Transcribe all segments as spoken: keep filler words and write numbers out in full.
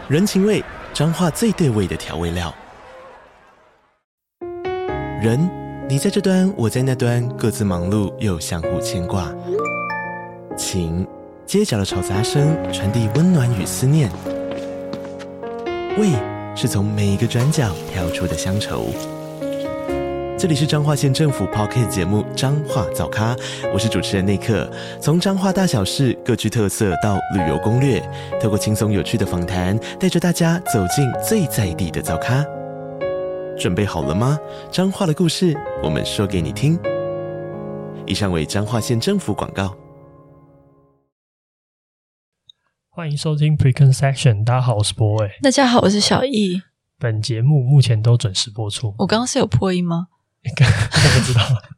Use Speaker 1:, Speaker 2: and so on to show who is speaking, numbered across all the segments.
Speaker 1: 人情味，彰化最对味的调味料。人，你在这端，我在那端，各自忙碌又相互牵挂。情，街角的吵杂声传递温暖与思念。味，是从每一个转角跳出的乡愁。这里是彰化县政府 Podcast 节目《彰化早咖》，我是主持人内克。从彰化大小事各具特色到旅游攻略，透过轻松有趣的访谈，带着大家走进最在地的早咖。准备好了吗？彰化的故事，我们说给你听。以上为彰化县政府广告。
Speaker 2: 欢迎收听 Preconception， 大家好，我是博伟。
Speaker 3: 大家好，我是小易。
Speaker 2: 本节目目前都准时播出。
Speaker 3: 我刚刚是有破音吗？
Speaker 2: 我不知道。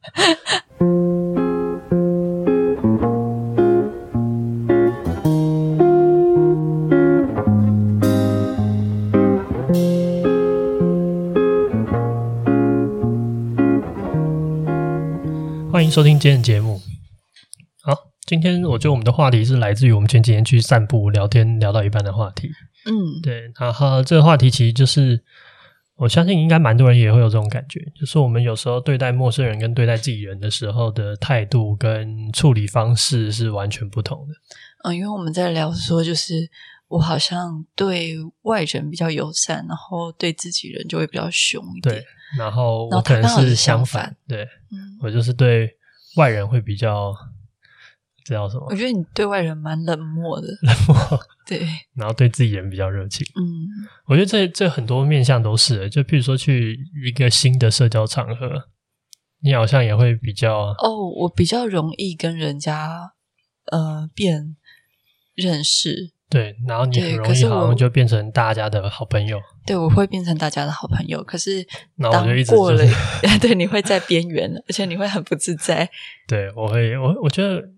Speaker 2: 欢迎收听今天的节目。好，今天我觉得我们的话题是来自于我们前几天去散步聊天聊到一半的话题。
Speaker 3: 嗯，
Speaker 2: 对，然后这个话题其实就是我相信应该蛮多人也会有这种感觉，就是我们有时候对待陌生人跟对待自己人的时候的态度跟处理方式是完全不同的。
Speaker 3: 嗯，因为我们在聊说就是我好像对外人比较友善，然后对自己人就会比较凶一点。
Speaker 2: 对，然后我可能是相反，
Speaker 3: 反
Speaker 2: 对、
Speaker 3: 嗯，
Speaker 2: 我就是对外人会比较知道什么？
Speaker 3: 我觉得你对外人蛮冷漠的，
Speaker 2: 冷漠，
Speaker 3: 对，
Speaker 2: 然后对自己人比较热情。
Speaker 3: 嗯，
Speaker 2: 我觉得这这很多面向都是，就譬如说去一个新的社交场合，你好像也会比较
Speaker 3: 哦，我比较容易跟人家呃变认识，
Speaker 2: 对，然后你很容易好像就变成大家的好朋友。
Speaker 3: 对，我会变成大家的好朋友，可是当
Speaker 2: 然后我就一直、就是、
Speaker 3: 过了对，你会在边缘了，而且你会很不自在。
Speaker 2: 对，我会我我觉得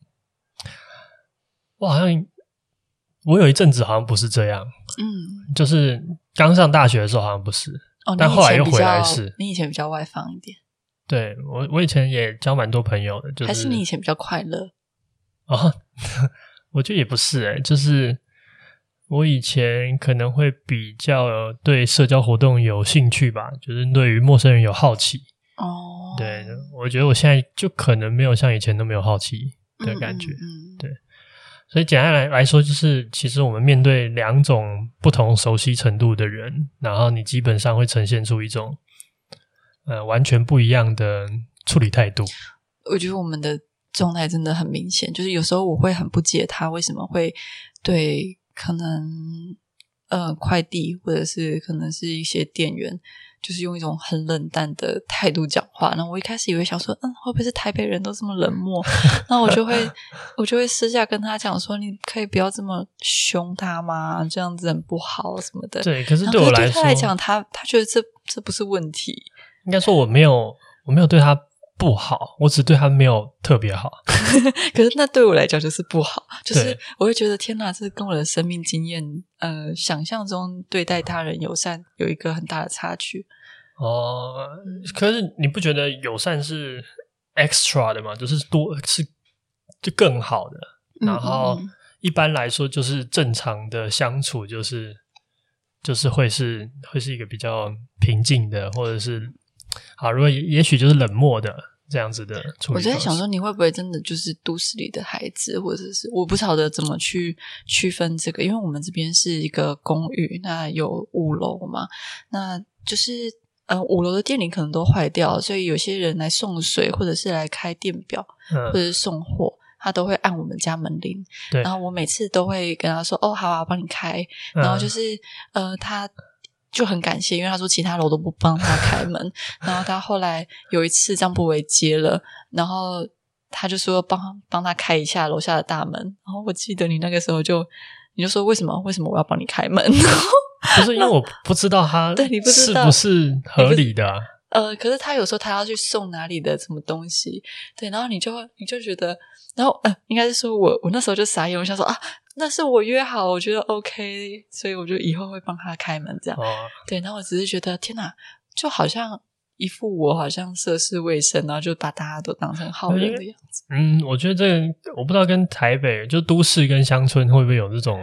Speaker 2: 我好像我有一阵子好像不是这样，
Speaker 3: 嗯，
Speaker 2: 就是刚上大学的时候好像不是，
Speaker 3: 哦，
Speaker 2: 但后来又回来是。
Speaker 3: 你以前比较外放一点。
Speaker 2: 对，我我以前也交蛮多朋友的，就是
Speaker 3: 还是你以前比较快乐？
Speaker 2: 哦，我觉得也不是诶、欸，就是我以前可能会比较对社交活动有兴趣吧，就是对于陌生人有好奇。
Speaker 3: 哦，
Speaker 2: 对，我觉得我现在就可能没有像以前那么有好奇的感觉。
Speaker 3: 嗯嗯嗯，
Speaker 2: 对。所以简单来来说，就是其实我们面对两种不同熟悉程度的人，然后你基本上会呈现出一种呃完全不一样的处理态度。
Speaker 3: 我觉得我们的状态真的很明显，就是有时候我会很不解他为什么会对可能呃快递或者是可能是一些店员，就是用一种很冷淡的态度讲话。然后我一开始以为想说，嗯，会不会是台北人都这么冷漠？然后我就会我就会私下跟他讲说，你可以不要这么凶他吗？这样子很不好什么的。
Speaker 2: 对，可是对我来说，
Speaker 3: 对他来讲，他他觉得这这不是问题。
Speaker 2: 应该说我没有我没有对他不好，我只对他没有特别好。
Speaker 3: 可是那对我来讲就是不好，就是我会觉得天哪，这跟我的生命经验呃想象中对待他人友善有一个很大的差距。
Speaker 2: 哦，可是你不觉得友善是 extra 的吗？就是多是就更好的，然后一般来说就是正常的相处就是就是会是会是一个比较平静的，或者是好，如果也许就是冷漠的这样子的处理方式。
Speaker 3: 我在想说你会不会真的就是都市里的孩子，或者是我不晓得怎么去区分这个，因为我们这边是一个公寓，那有五楼嘛，那就是呃五楼的电铃可能都坏掉，所以有些人来送水或者是来开电表、嗯、或者是送货，他都会按我们家门铃，
Speaker 2: 对，
Speaker 3: 然后我每次都会跟他说哦好啊，帮你开，然后就是、嗯、呃他就很感谢，因为他说其他楼都不帮他开门然后他后来有一次张博维接了，然后他就说帮帮他开一下楼下的大门，然后我记得你那个时候就你就说为什么为什么我要帮你开门
Speaker 2: 不是因为我不知道他
Speaker 3: 对你不知道
Speaker 2: 是不是合理的啊，
Speaker 3: 呃，可是他有时候他要去送哪里的什么东西，对，然后你就你就觉得，然后呃，应该是说我我那时候就傻眼，我想说啊，那是我约好，我觉得 OK， 所以我就以后会帮他开门这样，
Speaker 2: 哦、
Speaker 3: 对，然后我只是觉得天哪，就好像一副我好像涉世未深，然后就把大家都当成好人的样子。
Speaker 2: 嗯，我觉得这个我不知道跟台北就都市跟乡村会不会有这种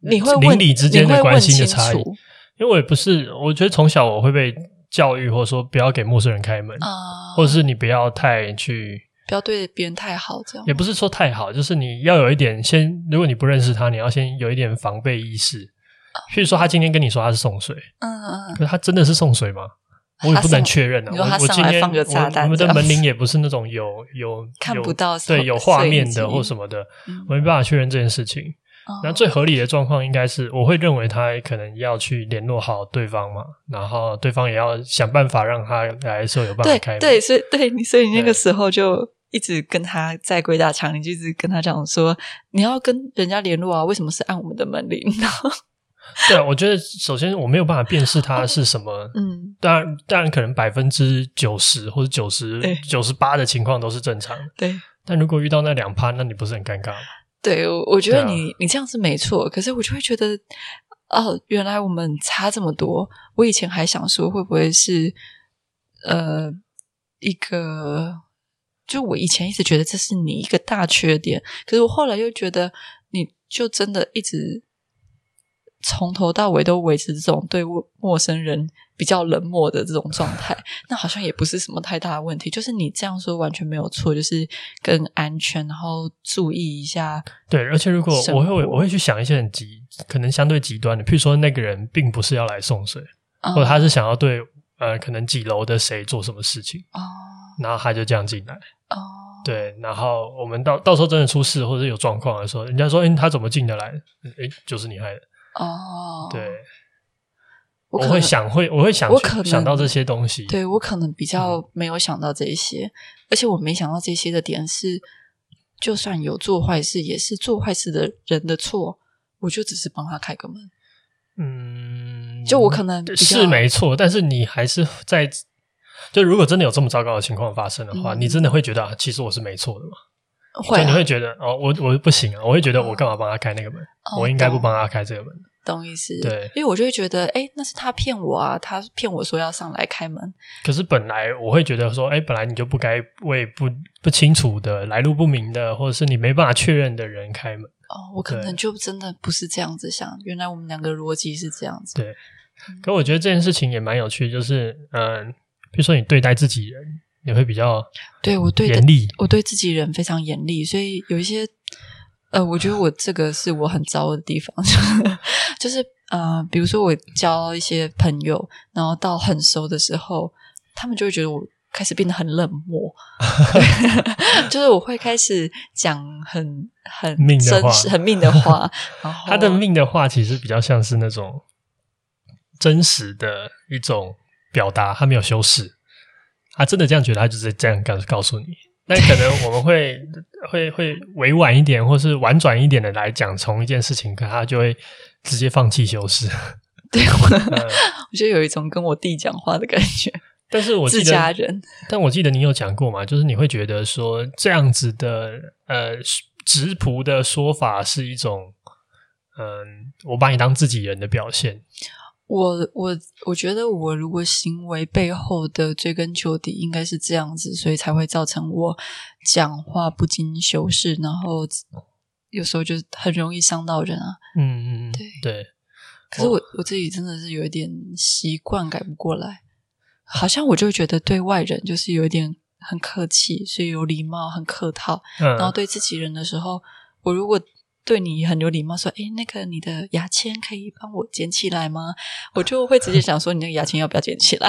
Speaker 3: 你会问
Speaker 2: 邻里之间的关系的差异。因为我也不是，我觉得从小我会被教育，或者说不要给陌生人开门，
Speaker 3: 啊，
Speaker 2: 或者是你不要太去，
Speaker 3: 不要对别人太好，这样
Speaker 2: 也不是说太好，就是你要有一点先，如果你不认识他，你要先有一点防备意识。譬如说，他今天跟你说他是送水，
Speaker 3: 嗯嗯，
Speaker 2: 可是他真的是送水吗？我也不能确认啊。
Speaker 3: 你说他上来放个炸弹，
Speaker 2: 我我们的门铃也不是那种有有
Speaker 3: 看不到
Speaker 2: 对有画面的或什么的，
Speaker 3: 嗯、
Speaker 2: 我没办法确认这件事情。那最合理的状况应该是，我会认为他可能要去联络好对方嘛，然后对方也要想办法让他来的时候有办法开门。
Speaker 3: 对对，所以对你，所以你那个时候就一直跟他在鬼打墙，你就一直跟他讲说，你要跟人家联络啊，为什么是按我们的门铃？
Speaker 2: 对啊，我觉得首先我没有办法辨识他是什么，哦、
Speaker 3: 嗯，
Speaker 2: 当然当然可能百分之九十或者九十九十八的情况都是正常的，
Speaker 3: 对。
Speaker 2: 但如果遇到那两趴，那你不是很尴尬吗？
Speaker 3: 对，我我觉得你、
Speaker 2: 啊、
Speaker 3: 你这样是没错，可是我就会觉得，哦，原来我们差这么多。我以前还想说，会不会是呃一个，就我以前一直觉得这是你一个大缺点，可是我后来又觉得，你就真的一直从头到尾都维持这种对陌生人比较冷漠的这种状态，那好像也不是什么太大的问题。就是你这样说完全没有错，就是更安全，然后注意一下。
Speaker 2: 对，而且如果我会我会去想一些很极可能相对极端的，譬如说那个人并不是要来送水，哦、或者他是想要对呃可能几楼的谁做什么事情，哦，然后他就这样进来，哦，对，然后我们到到时候真的出事或者有状况的时候，人家说，诶，他怎么进得来？诶，就是你害的。哦，对，我, 我会想会我会想
Speaker 3: 我可能
Speaker 2: 想到这些东西。
Speaker 3: 对，我可能比较没有想到这些，嗯、而且我没想到这些的点是，就算有做坏事，也是做坏事的人的错，我就只是帮他开个门。嗯，就我可能比较
Speaker 2: 是没错，但是你还是在，就如果真的有这么糟糕的情况发生的话，嗯、你真的会觉得、啊、其实我是没错的吗？
Speaker 3: 会、啊，
Speaker 2: 就你会觉得哦，我我不行啊，我会觉得我干嘛帮他开那个门？哦、我应该不帮他开这个门。
Speaker 3: 懂意思？
Speaker 2: 对，
Speaker 3: 因为我就会觉得，哎，那是他骗我啊，他骗我说要上来开门。
Speaker 2: 可是本来我会觉得说，哎，本来你就不该为不不清楚的、来路不明的，或者是你没办法确认的人开门。
Speaker 3: 哦，我可能就真的不是这样子想，原来我们两个逻辑是这样子。
Speaker 2: 对，可我觉得这件事情也蛮有趣，就是嗯，比如说你对待自己人。你会比较
Speaker 3: 对我对
Speaker 2: 严厉，
Speaker 3: 我对自己人非常严厉，所以有一些呃，我觉得我这个是我很糟的地方，就是呃，比如说我交一些朋友，然后到很熟的时候，他们就会觉得我开始变得很冷漠，就是我会开始讲很很
Speaker 2: 命的话，
Speaker 3: 很命的话，然后
Speaker 2: 他的命的话其实比较像是那种真实的一种表达，他没有修饰。他真的这样觉得，他就是这样告告诉你。那可能我们会会会委婉一点，或是婉转一点的来讲同一件事情，可他就会直接放弃修饰。
Speaker 3: 对，我、嗯、我觉得有一种跟我弟讲话的感觉。
Speaker 2: 但是我记得
Speaker 3: 自家人，
Speaker 2: 但我记得你有讲过嘛，就是你会觉得说这样子的呃直朴的说法是一种嗯、呃，我把你当自己人的表现。
Speaker 3: 我我我觉得我如果行为背后的追根究底应该是这样子，所以才会造成我讲话不经修饰，然后有时候就很容易伤到人啊。
Speaker 2: 嗯嗯，
Speaker 3: 对
Speaker 2: 对。
Speaker 3: 可是我我自己真的是有一点习惯改不过来，好像我就觉得对外人就是有一点很客气，所以有礼貌，很客套。嗯、然后对自己人的时候，我如果对你很有礼貌说，诶，那个你的牙签可以帮我捡起来吗？我就会直接想说，你那个牙签要不要捡起来？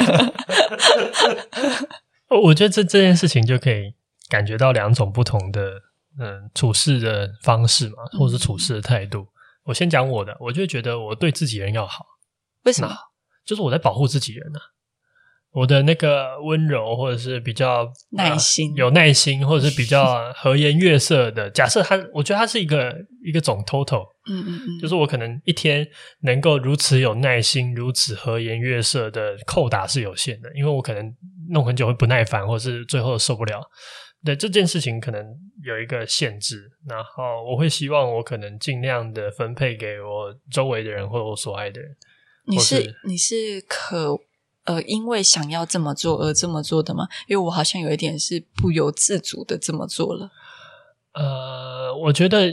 Speaker 2: 我觉得这这件事情就可以感觉到两种不同的嗯处事的方式嘛，或者是处事的态度。嗯、我先讲我的，我就觉得我对自己人要好。
Speaker 3: 为什么？
Speaker 2: 就是我在保护自己人啊。我的那个温柔，或者是比较
Speaker 3: 耐心、
Speaker 2: 呃、有耐心，或者是比较和颜悦色的。假设他，我觉得他是一个一个总 total，
Speaker 3: 嗯嗯嗯，
Speaker 2: 就是我可能一天能够如此有耐心、如此和颜悦色的扣打是有限的，因为我可能弄很久会不耐烦，或是最后受不了。对这件事情可能有一个限制，然后我会希望我可能尽量的分配给我周围的人或者我所爱的人。
Speaker 3: 你是, 是你是可呃，因为想要这么做而这么做的吗？因为我好像有一点是不由自主的这么做了。
Speaker 2: 呃，我觉得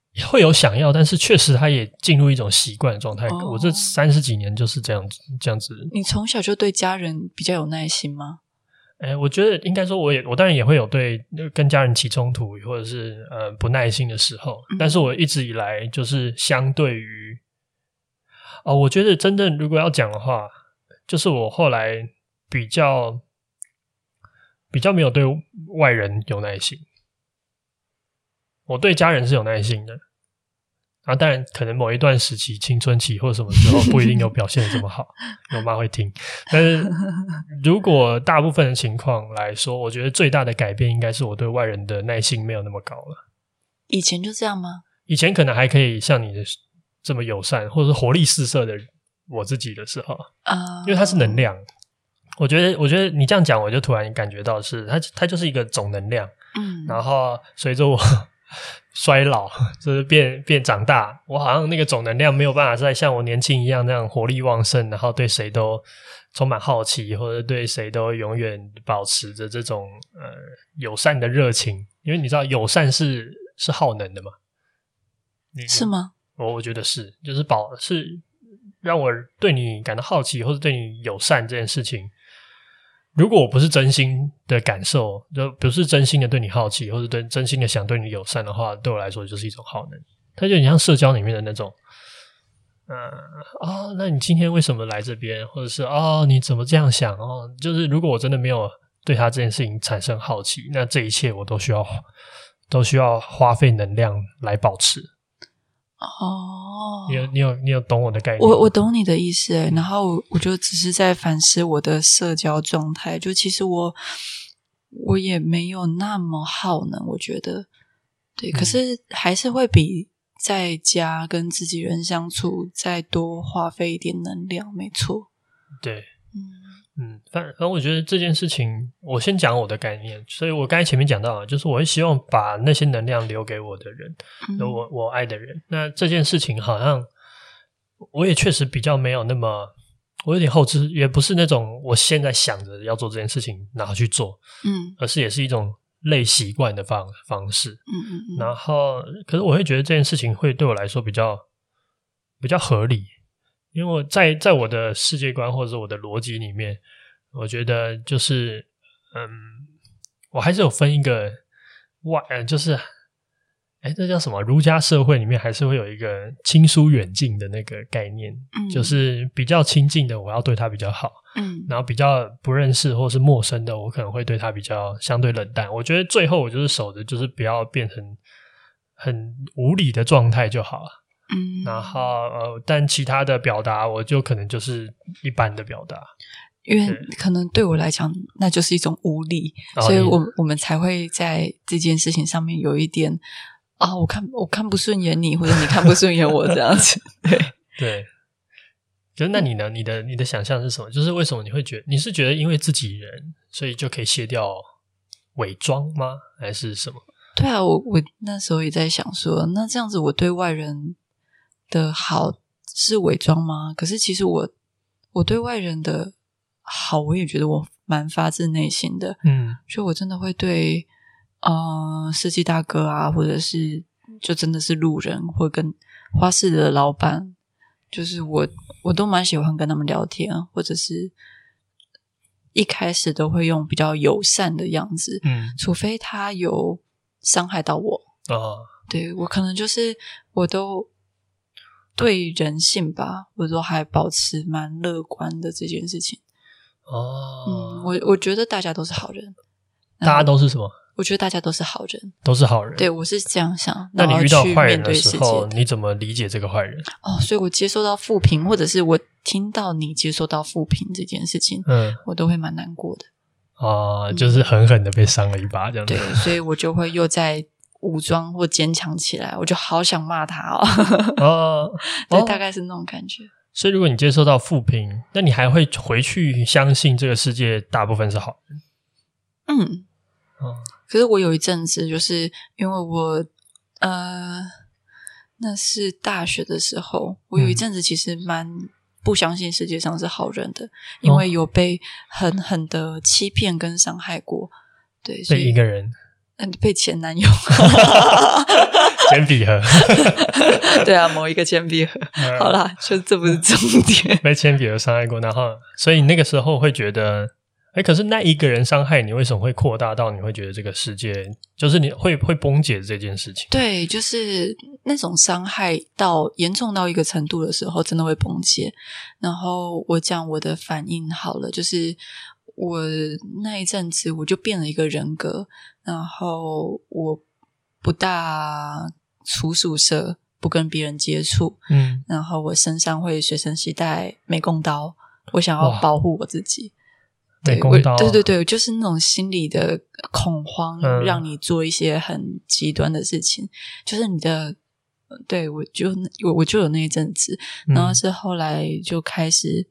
Speaker 2: 会有想要，但是确实他也进入一种习惯的状态。
Speaker 3: 哦、
Speaker 2: 我这三十几年就是这样子，这样子。
Speaker 3: 你从小就对家人比较有耐心吗？
Speaker 2: 哎，我觉得应该说我也我当然也会有对跟家人起冲突或者是呃不耐心的时候，嗯、但是我一直以来就是相对于哦，我觉得真正如果要讲的话，就是我后来比较比较没有对外人有耐心。我对家人是有耐心的，啊，当然可能某一段时期青春期或什么时候不一定有表现得这么好，我妈会听。但是如果大部分的情况来说，我觉得最大的改变应该是我对外人的耐性没有那么高了。
Speaker 3: 以前就这样吗？
Speaker 2: 以前可能还可以像你的这么友善或者是活力四射的我自己的时候啊， uh... 因为它是能量。我觉得我觉得你这样讲我就突然感觉到是它它就是一个总能量，嗯，然后随着我衰老就是变变长大，我好像那个总能量没有办法再像我年轻一样那样活力旺盛，然后对谁都充满好奇，或者对谁都永远保持着这种呃友善的热情。因为你知道友善是是耗能的嘛？
Speaker 3: 是吗？
Speaker 2: 我我觉得是，就是保是让我对你感到好奇或者对你友善这件事情，如果我不是真心的感受，就不是真心的对你好奇或者对真心的想对你友善的话，对我来说就是一种耗能。它就很像社交里面的那种呃哦，那你今天为什么来这边，或者是哦你怎么这样想，哦就是如果我真的没有对他这件事情产生好奇，那这一切我都需要都需要花费能量来保持。
Speaker 3: 哦，
Speaker 2: 你有你有你有懂我的概念？
Speaker 3: 我我懂你的意思诶，然后我就只是在反思我的社交状态，就其实我我也没有那么耗能，我觉得对、嗯，可是还是会比在家跟自己人相处再多花费一点能量，没错。对，嗯
Speaker 2: 嗯，反反正我觉得这件事情，我先讲我的概念。所以我刚才前面讲到，就是我会希望把那些能量留给我的人，嗯、我我爱的人。那这件事情好像我也确实比较没有那么，我有点后知，也不是那种我现在想着要做这件事情然后去做，嗯，而是也是一种类习惯的方方式，嗯嗯嗯。然后，可是我会觉得这件事情会对我来说比较比较合理。因为我在在我的世界观或者是我的逻辑里面，我觉得就是嗯，我还是有分一个外呃，就是哎，这叫什么？儒家社会里面还是会有一个亲疏远近的那个概念，嗯，就是比较亲近的我要对他比较好，嗯，然后比较不认识或是陌生的我可能会对他比较相对冷淡。我觉得最后我就是守着就是不要变成很无理的状态就好了。嗯，然后呃，但其他的表达我就可能就是一般的表达，
Speaker 3: 因为可能对我来讲那就是一种无力，哦、所以我我们才会在这件事情上面有一点啊，我看我看不顺眼你，或者你看不顺眼我这样子。对
Speaker 2: 对，就是那你呢？你的你的想象是什么？就是为什么你会觉得你是觉得因为自己人，所以就可以卸掉伪装吗？还是什么？
Speaker 3: 对啊，我我那时候也在想说，那这样子我对外人的好是伪装吗？可是其实我我对外人的好，我也觉得我蛮发自内心的，嗯，所以我真的会对呃司机大哥啊，或者是就真的是路人，或跟花市的老板，就是我我都蛮喜欢跟他们聊天，或者是一开始都会用比较友善的样子，嗯，除非他有伤害到我哦，对，我可能就是我都对人性吧，我都还保持蛮乐观的这件事情。哦，嗯，我我觉得大家都是好人。
Speaker 2: 大家都是什么？
Speaker 3: 我觉得大家都是好人，
Speaker 2: 都是好人。
Speaker 3: 对，我是这样想。
Speaker 2: 那你遇到坏人的时候，你怎么理解这个坏人？
Speaker 3: 哦，所以我接受到负评，或者是我听到你接受到负评这件事情，嗯，我都会蛮难过的。
Speaker 2: 哦、呃，就是狠狠的被伤了一把，这样子。
Speaker 3: 对，所以我就会又在武装或坚强起来，我就好想骂他哦。哦，对，大概是那种感觉。
Speaker 2: 所以如果你接受到负评，那你还会回去相信这个世界大部分是好人？
Speaker 3: 嗯，哦。可是我有一阵子，就是因为我呃，那是大学的时候，我有一阵子其实蛮不相信世界上是好人的，因为有被狠狠的欺骗跟伤害过。对，所以
Speaker 2: 被一个人。
Speaker 3: 嗯，被前男友
Speaker 2: 铅笔盒
Speaker 3: 对啊，某一个铅笔盒、嗯、好啦，就这不是重点。
Speaker 2: 被铅笔盒伤害过，然后所以你那个时候会觉得诶可是那一个人伤害你，为什么会扩大到你会觉得这个世界就是你会会崩解这件事情？
Speaker 3: 对，就是那种伤害到严重到一个程度的时候真的会崩解。然后我讲我的反应好了，就是我那一阵子我就变了一个人格，然后我不大出宿舍，不跟别人接触，
Speaker 2: 嗯，
Speaker 3: 然后我身上会随身携带美工刀，我想要保护我自己。
Speaker 2: 美工刀、啊、
Speaker 3: 对对对，就是那种心理的恐慌、
Speaker 2: 嗯、
Speaker 3: 让你做一些很极端的事情，就是你的对我就我我就有那一阵子，然后是后来就开始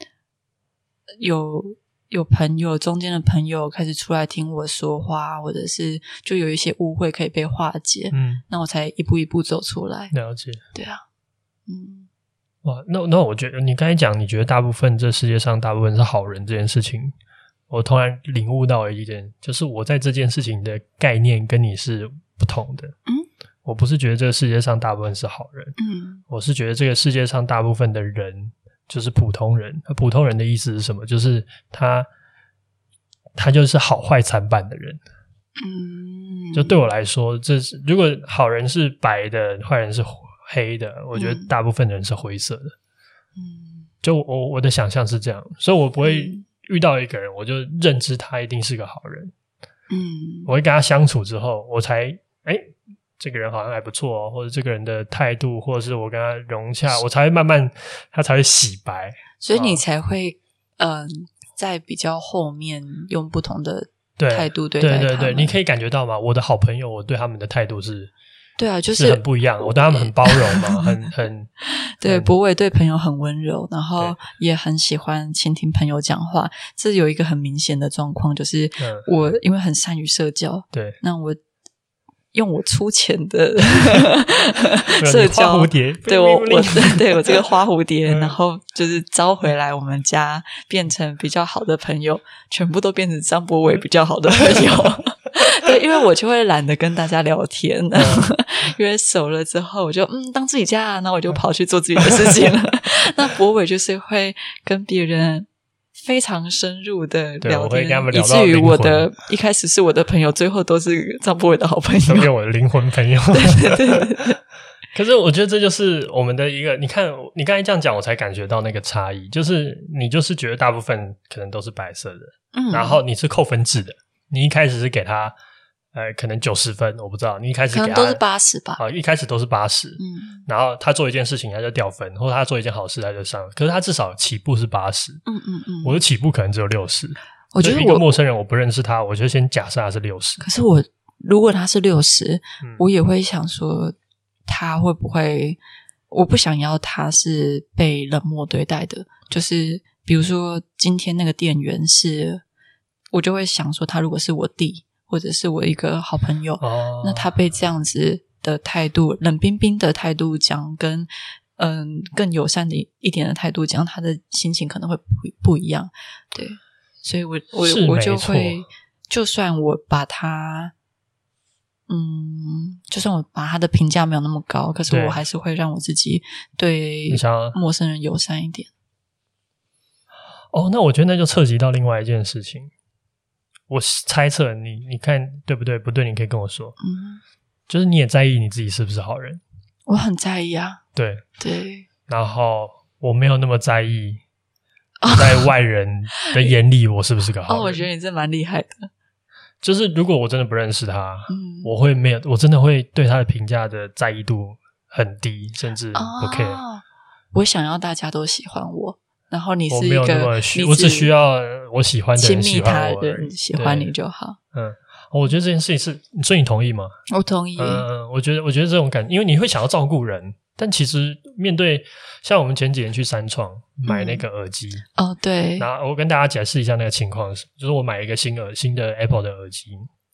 Speaker 3: 有有朋友中间的朋友开始出来听我说话，或者是就有一些误会可以被化解，嗯，那我才一步一步走出来。
Speaker 2: 了解，
Speaker 3: 对啊，嗯，
Speaker 2: 哇，那那我觉得你刚才讲，你觉得大部分这世界上大部分是好人这件事情，我突然领悟到了一点，就是我在这件事情的概念跟你是不同的。嗯，我不是觉得这个世界上大部分是好人，嗯，我是觉得这个世界上大部分的人就是普通人。普通人的意思是什么？就是他他就是好坏参半的人。嗯，就对我来说，这是如果好人是白的，坏人是黑的，我觉得大部分人是灰色的。嗯，就我我的想象是这样，所以我不会遇到一个人我就认知他一定是个好人。嗯，我会跟他相处之后，我才诶这个人好像还不错哦，或者这个人的态度，或者是我跟他融洽，我才会慢慢他才会洗白，
Speaker 3: 所以你才会嗯、呃，在比较后面用不同的态度对待他们。
Speaker 2: 对对对，你可以感觉到吗？我的好朋友，我对他们的态度是
Speaker 3: 对啊，就是
Speaker 2: 是很不一样的。我对他们很包容嘛，很很
Speaker 3: 对。博伟对朋友很温柔，然后也很喜欢倾听朋友讲话。这有一个很明显的状况，就是我因为很善于社交，
Speaker 2: 对，
Speaker 3: 那我用我粗浅的社交，
Speaker 2: 花蝴蝶，
Speaker 3: 对我我对我这个花蝴蝶，然后就是招回来我们家，变成比较好的朋友，全部都变成张博伟比较好的朋友。对，因为我就会懒得跟大家聊天，嗯、因为熟了之后，我就嗯当自己家，那我就跑去做自己的事情了。那博伟就是会跟别人非常深入的聊天，以至于我的一开始是我的朋友，最后都是张博伟的好朋友，
Speaker 2: 都变我的灵魂朋友。
Speaker 3: 对对对对。
Speaker 2: 可是我觉得这就是我们的一个，你看你刚才这样讲，我才感觉到那个差异，就是你就是觉得大部分可能都是白色的，嗯，然后你是扣分制的，你一开始是给他呃，可能九十分，我不知道。你一开始给他
Speaker 3: 可能都是八十吧。
Speaker 2: 啊，一开始都是八十，嗯，然后他做一件事情他就掉分，或者他做一件好事他就上，可是他至少起步是八十，嗯嗯嗯，我的起步可能只有六十。
Speaker 3: 我觉得我
Speaker 2: 一个陌生人我不认识他，我就先假设他是六十。
Speaker 3: 可是我如果他是六十、嗯，我也会想说他会不会，我不想要他是被冷漠对待的，就是比如说今天那个店员是，我就会想说他如果是我弟。或者是我一个好朋友、哦、那他被这样子的态度冷冰冰的态度讲跟嗯更友善的一点的态度讲，他的心情可能会不不一样。对，所以我我我就会就算我把他嗯就算我把他的评价没有那么高，可是我还是会让我自己对陌生人友善一点。
Speaker 2: 哦，那我觉得那就涉及到另外一件事情，我猜测你你看对不对？不对你可以跟我说。嗯，就是你也在意你自己是不是好人。
Speaker 3: 我很在意啊。
Speaker 2: 对
Speaker 3: 对，
Speaker 2: 然后我没有那么在意在外人的眼里我是不是个好人。
Speaker 3: 哦，我觉得你这蛮厉害的。
Speaker 2: 就是如果我真的不认识他、嗯、我会没有，我真的会对他的评价的在意度很低，甚至不 care、哦、
Speaker 3: 我想要大家都喜欢我，然后你是一个
Speaker 2: 我没有那么需我只需要我喜欢的人喜欢我，
Speaker 3: 亲密他人喜欢你就好。
Speaker 2: 嗯，我觉得这件事情是，所以你同意吗？
Speaker 3: 我同意。
Speaker 2: 嗯，我觉得我觉得这种感，因为你会想要照顾人，但其实面对像我们前几年去三创买那个耳机、
Speaker 3: 嗯、哦对，
Speaker 2: 然后我跟大家解释一下那个情况，就是我买一个新耳新的 Apple 的耳机，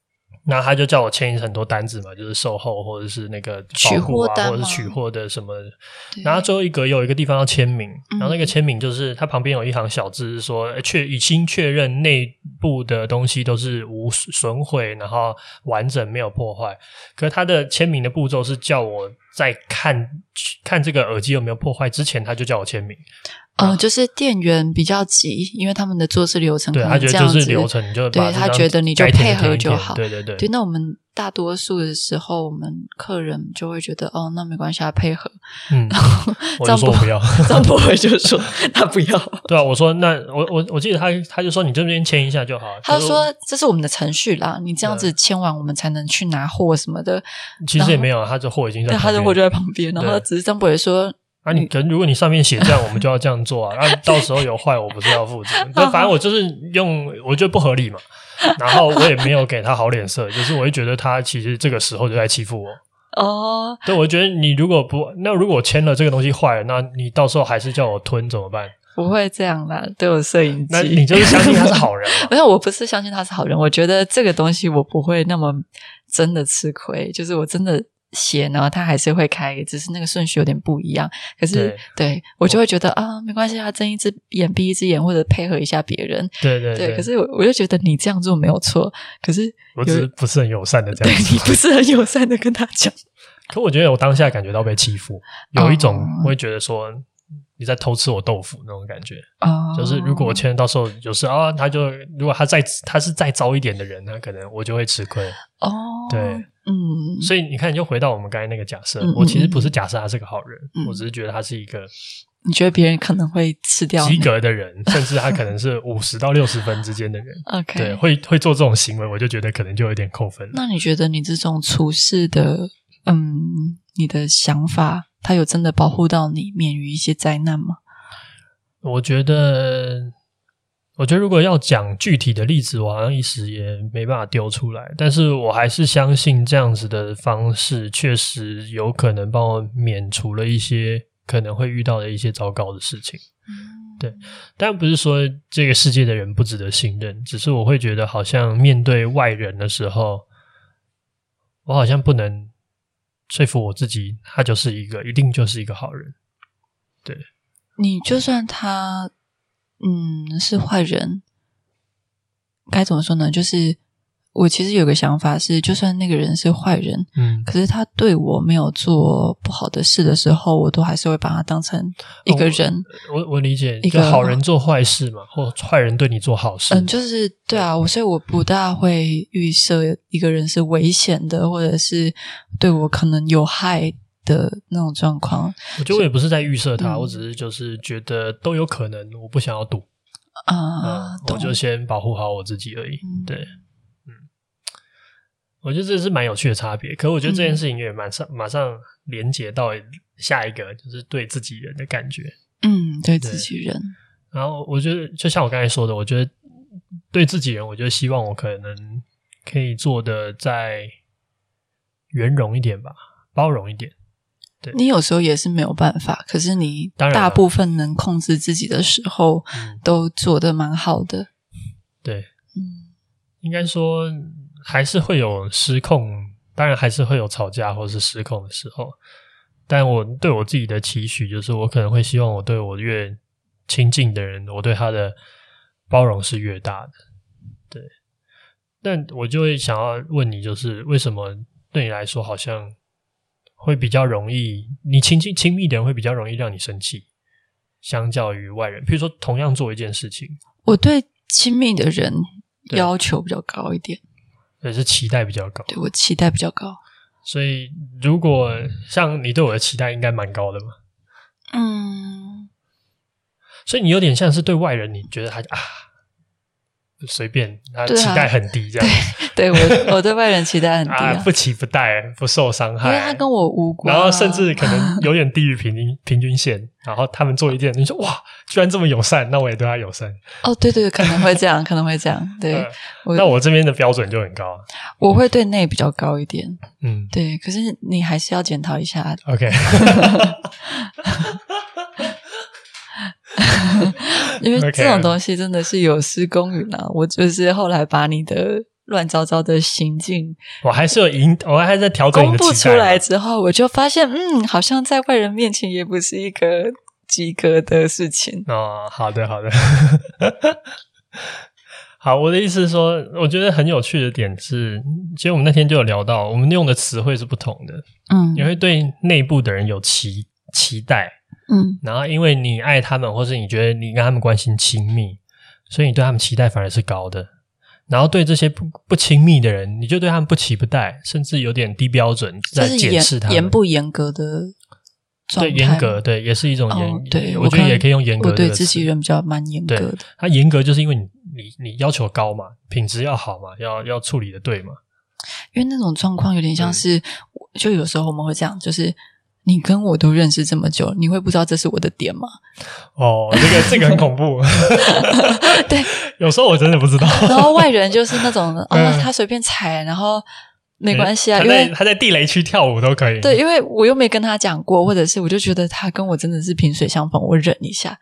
Speaker 2: 然后他就叫我签很多单子嘛，就是售后或者是那个
Speaker 3: 取货单
Speaker 2: 或者是取货的什么的。然后最后一格有一个地方要签名，然后那个签名就是它旁边有一行小字是说确已经确认内部的东西都是无损毁，然后完整没有破坏。可是他的签名的步骤是叫我在看看这个耳机有没有破坏之前，他就叫我签名。
Speaker 3: 呃，就是店员比较急，因为他们的做事流程可能
Speaker 2: 对，他觉得就是流程，你就把
Speaker 3: 对他觉得你就配合就好。
Speaker 2: 对对对。
Speaker 3: 对，那我们大多数的时候，我们客人就会觉得哦，那没关系，他配合。
Speaker 2: 嗯，我就说我不要，
Speaker 3: 张博伟就说他不要。
Speaker 2: 对啊，我说那我我我记得他他就说你这边签一下就好。
Speaker 3: 他说这是我们的程序啦，你这样子签完，我们才能去拿货什么的。
Speaker 2: 其实也没有，他的货已经在旁边，
Speaker 3: 他的货就在旁边，然后只是张博伟说。
Speaker 2: 啊你，可能如果你上面写这样，我们就要这样做啊。那、啊、到时候有坏，我不是要负责。但反正我就是用，我觉得不合理嘛。然后我也没有给他好脸色，就是我会觉得他其实这个时候就在欺负我。
Speaker 3: 哦，
Speaker 2: 对，我觉得你如果不，那如果我签了这个东西坏了，那你到时候还是叫我吞怎么办？
Speaker 3: 不会这样啦，都有摄影机。
Speaker 2: 那你就是相信他是好人嘛？
Speaker 3: 没有，我不是相信他是好人，我觉得这个东西我不会那么真的吃亏，就是我真的。写然后他还是会开，只是那个顺序有点不一样。可是 对, 对我就会觉得啊，没关系，他睁一只眼闭一只眼，或者配合一下别人。
Speaker 2: 对对
Speaker 3: 对, 对可是 我, 我就觉得你这样做没有错，可是
Speaker 2: 我只是不是很友善的这样子。
Speaker 3: 对，你不是很友善的跟他讲。
Speaker 2: 可我觉得我当下感觉到被欺负，有一种我会觉得说你在偷吃我豆腐那种感觉。
Speaker 3: 哦，
Speaker 2: 就是如果我签到时候有时啊，他就如果他再他是再糟一点的人，那可能我就会吃亏。
Speaker 3: 哦，
Speaker 2: 对。
Speaker 3: 嗯，
Speaker 2: 所以你看，就回到我们刚才那个假设，
Speaker 3: 嗯嗯嗯
Speaker 2: 我其实不是假设他是个好人，
Speaker 3: 嗯、
Speaker 2: 我只是觉得他是一个，
Speaker 3: 你觉得别人可能会吃掉
Speaker 2: 及格的人，甚至他可能是五十到六十分之间的人。
Speaker 3: OK，
Speaker 2: 对，会会做这种行为，我就觉得可能就有点扣分。
Speaker 3: 那你觉得你这种处事的，嗯，你的想法，它有真的保护到你免于一些灾难吗？
Speaker 2: 我觉得。我觉得如果要讲具体的例子，我好像一时也没办法丢出来，但是我还是相信这样子的方式确实有可能帮我免除了一些可能会遇到的一些糟糕的事情。嗯、对，当然不是说这个世界的人不值得信任，只是我会觉得好像面对外人的时候，我好像不能说服我自己，他就是一个一定就是一个好人。对，
Speaker 3: 你就算他。嗯，是坏人，该怎么说呢？就是我其实有个想法是，就算那个人是坏人，
Speaker 2: 嗯，
Speaker 3: 可是他对我没有做不好的事的时候，我都还是会把他当成一个人。
Speaker 2: 哦、我我理解，一个好人做坏事嘛，或坏人对你做好事。
Speaker 3: 嗯，就是对啊，我所以我不大会预设一个人是危险的，或者是对我可能有害的那种状况。
Speaker 2: 我觉得我也不是在预设他、嗯、我只是就是觉得都有可能，我不想要赌
Speaker 3: 啊、
Speaker 2: 嗯，我就先保护好我自己而已、嗯、对，嗯，我觉得这是蛮有趣的差别。可我觉得这件事情也马上、嗯、马上连结到下一个，就是对自己人的感觉。
Speaker 3: 嗯，对自己人。
Speaker 2: 然后我觉得就像我刚才说的，我觉得对自己人，我就希望我可能可以做的再圆融一点吧，包容一点。对，
Speaker 3: 你有时候也是没有办法，可是你大部分能控制自己的时候都做得蛮好的。
Speaker 2: 对，
Speaker 3: 嗯，
Speaker 2: 应该说还是会有失控，当然还是会有吵架或是失控的时候，但我对我自己的期许就是我可能会希望我对我越亲近的人，我对他的包容是越大的。对，但我就会想要问你，就是为什么对你来说好像会比较容易，你亲近亲密的人会比较容易让你生气，相较于外人。比如说同样做一件事情，
Speaker 3: 我对亲密的人要求比较高一点，
Speaker 2: 对，是期待比较高。
Speaker 3: 对，我期待比较高。
Speaker 2: 所以如果像你对我的期待应该蛮高的嘛。
Speaker 3: 嗯，
Speaker 2: 所以你有点像是对外人，你觉得他啊随便，他期待很低这样。
Speaker 3: 对, 对我我对外人期待很低 啊,
Speaker 2: 啊，不期不待，不受伤害，
Speaker 3: 因为他跟我无关、
Speaker 2: 啊，然后甚至可能有点低于平均平均线。然后他们做一件，你说哇，居然这么友善，那我也对他友善。
Speaker 3: 哦，对对，可能会这样，可能会这样。对，
Speaker 2: 嗯、
Speaker 3: 我
Speaker 2: 那我这边的标准就很高、啊，
Speaker 3: 我会对内比较高一点。
Speaker 2: 嗯，
Speaker 3: 对，可是你还是要检讨一下。
Speaker 2: OK。
Speaker 3: 因为这种东西真的是有失公允啊！我就是后来把你的乱糟糟的行径，
Speaker 2: 我还是有引，我还在调整你的期待。
Speaker 3: 公布出来之后，我就发现，嗯，好像在外人面前也不是一个及格的事情。
Speaker 2: 哦，好的，好的。好，我的意思是说，我觉得很有趣的点是，其实我们那天就有聊到，我们用的词汇是不同的。嗯，你会对内部的人有期期待，嗯，然后因为你爱他们，或是你觉得你跟他们关系亲密，所以你对他们期待反而是高的。然后对这些不不亲密的人，你就对他们不期不待，甚至有点低标准在检视他们。
Speaker 3: 这是严不严格的状态？
Speaker 2: 对，严格，对，也是一种严。
Speaker 3: 哦、对，
Speaker 2: 我觉得也可以用严格这个词。
Speaker 3: 我对自己人比较蛮严格的。
Speaker 2: 他严格就是因为你你你要求高嘛，品质要好嘛，要要处理的对嘛。
Speaker 3: 因为那种状况有点像是，就有时候我们会这样，就是你跟我都认识这么久，你会不知道这是我的点吗？
Speaker 2: 哦，这个这个很恐怖。
Speaker 3: 对，
Speaker 2: 有时候我真的不知道。
Speaker 3: 然后外人就是那种哦，他随便踩，然后没关系啊，因为
Speaker 2: 他在地雷区跳舞都可以。
Speaker 3: 对，因为我又没跟他讲过，或者是我就觉得他跟我真的是萍水相逢，我忍一下。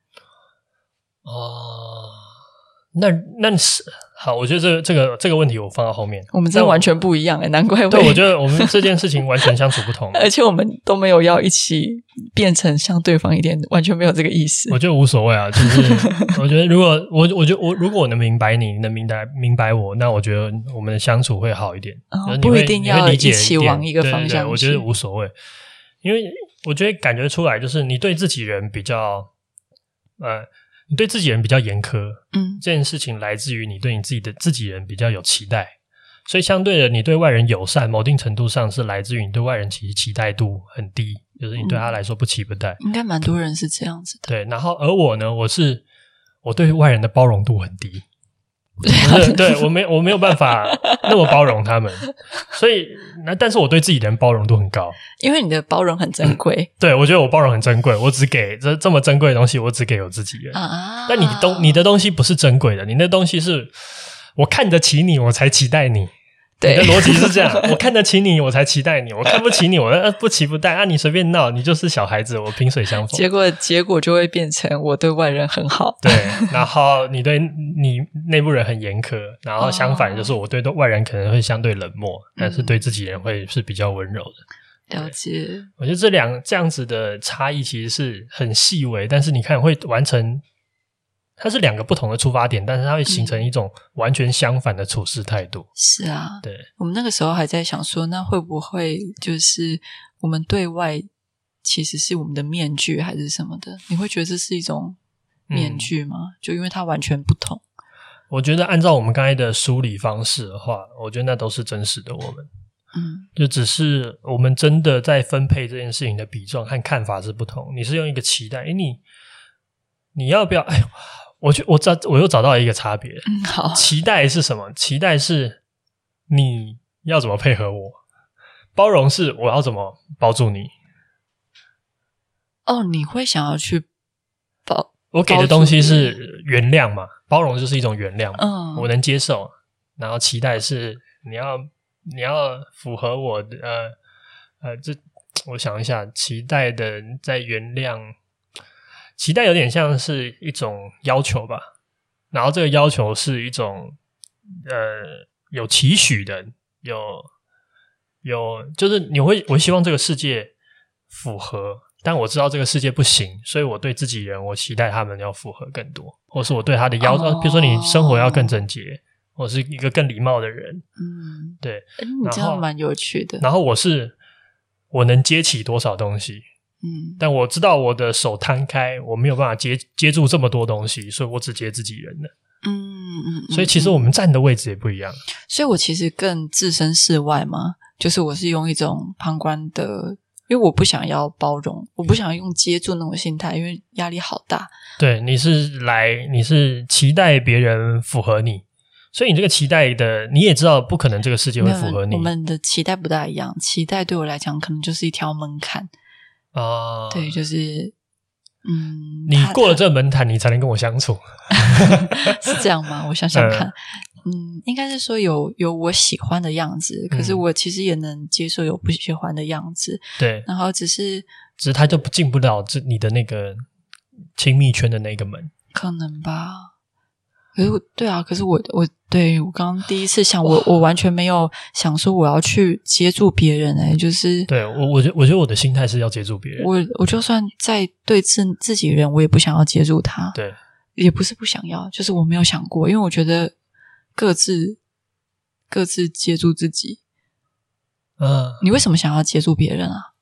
Speaker 2: 哦，那那是好，我觉得这个这个这个问题我放到后面。
Speaker 3: 我们真的完全不一样诶，难怪会。
Speaker 2: 对，我觉得我们这件事情完全相处不同，
Speaker 3: 而且我们都没有要一起变成像对方一点，完全没有这个意思。
Speaker 2: 我觉得无所谓啊，就是我觉得如果我我觉得我如果我能明白你，能明白明白我，那我觉得我们的相处会好一点。
Speaker 3: 哦、不一定要一起往一个方向去。
Speaker 2: 对对对，我觉得无所谓，因为我觉得感觉出来就是你对自己人比较呃。你对自己人比较严苛，嗯，这件事情来自于你对你自己的自己人比较有期待，所以相对的，你对外人友善，某定程度上是来自于你对外人其实期待度很低，就是你对他来说不期不待。
Speaker 3: 嗯、应该蛮多人是这样子的。
Speaker 2: 对，然后而我呢，我是我对外人的包容度很低。对, 对我没我没有办法那么包容他们，所以那但是我对自己的人包容度很高，
Speaker 3: 因为你的包容很珍贵、嗯。
Speaker 2: 对，我觉得我包容很珍贵，我只给这这么珍贵的东西，我只给我自己人。啊，但你东你的东西不是珍贵的，你的东西是我看得起你，我才期待你。
Speaker 3: 对，
Speaker 2: 你的逻辑是这样，我看得起你，我才期待你；我看不起你，我不期不待啊！你随便闹，你就是小孩子，我萍水相逢。
Speaker 3: 结果结果就会变成我对外人很好，
Speaker 2: 对，然后你对你内部人很严苛，然后相反就是我对外人可能会相对冷漠，哦、但是对自己人会是比较温柔的。
Speaker 3: 了解，
Speaker 2: 我觉得这两这样子的差异其实是很细微，但是你看会完成。它是两个不同的出发点，但是它会形成一种完全相反的处事态度。
Speaker 3: 嗯、是啊，
Speaker 2: 对，
Speaker 3: 我们那个时候还在想说，那会不会就是我们对外其实是我们的面具还是什么的？你会觉得这是一种面具吗？嗯、就因为它完全不同。
Speaker 2: 我觉得按照我们刚才的梳理方式的话，我觉得那都是真实的我们。嗯，就只是我们真的在分配这件事情的比重和看法是不同。你是用一个期待，诶你你要不要？哎。我我找我又找到一个差别。
Speaker 3: 嗯，好。
Speaker 2: 期待是什么？期待是你要怎么配合我，包容是我要怎么包住你。
Speaker 3: 哦，你会想要去包？
Speaker 2: 我给的东西是原谅嘛，包容就是一种原谅嘛，
Speaker 3: 嗯，
Speaker 2: 我能接受。然后期待是你要你要符合我的呃呃，这我想一下，期待的在原谅。期待有点像是一种要求吧，然后这个要求是一种呃有期许的，有有就是你会我希望这个世界符合，但我知道这个世界不行，所以我对自己人我期待他们要符合更多，或是我对他的要求，哦、比如说你生活要更整洁，我是一个更礼貌的人，
Speaker 3: 嗯，
Speaker 2: 对，
Speaker 3: 你这样蛮有趣的。
Speaker 2: 然后我是我能接起多少东西。嗯，但我知道我的手摊开，我没有办法接接住这么多东西，所以我只接自己人的。
Speaker 3: 嗯嗯，
Speaker 2: 所以其实我们站的位置也不一样。
Speaker 3: 所以我其实更置身事外嘛，就是我是用一种旁观的，因为我不想要包容，我不想用接住那种心态，因为压力好大。
Speaker 2: 对，你是来，你是期待别人符合你，所以你这个期待的，你也知道不可能这个世界会符合你。
Speaker 3: 我们的期待不大一样，期待对我来讲可能就是一条门槛。
Speaker 2: 啊、
Speaker 3: 对，就是嗯，
Speaker 2: 你过了这个门槛你才能跟我相处。
Speaker 3: 是这样吗？我想想看。嗯, 嗯应该是说有有我喜欢的样子，可是我其实也能接受有不喜欢的样子。
Speaker 2: 对，
Speaker 3: 然后只是
Speaker 2: 只是他就进不了你的那个亲密圈的那个门。
Speaker 3: 可能吧。 可是对啊，可是我我对我刚刚第一次想，我我完全没有想说我要去接住别人诶、欸、就是
Speaker 2: 对我我觉我觉得我的心态是要接住别人，
Speaker 3: 我我就算在对自自己人，我也不想要接住他，
Speaker 2: 对，
Speaker 3: 也不是不想要，就是我没有想过，因为我觉得各自各自接住自己。
Speaker 2: 嗯，
Speaker 3: 你为什么想要接住别人啊？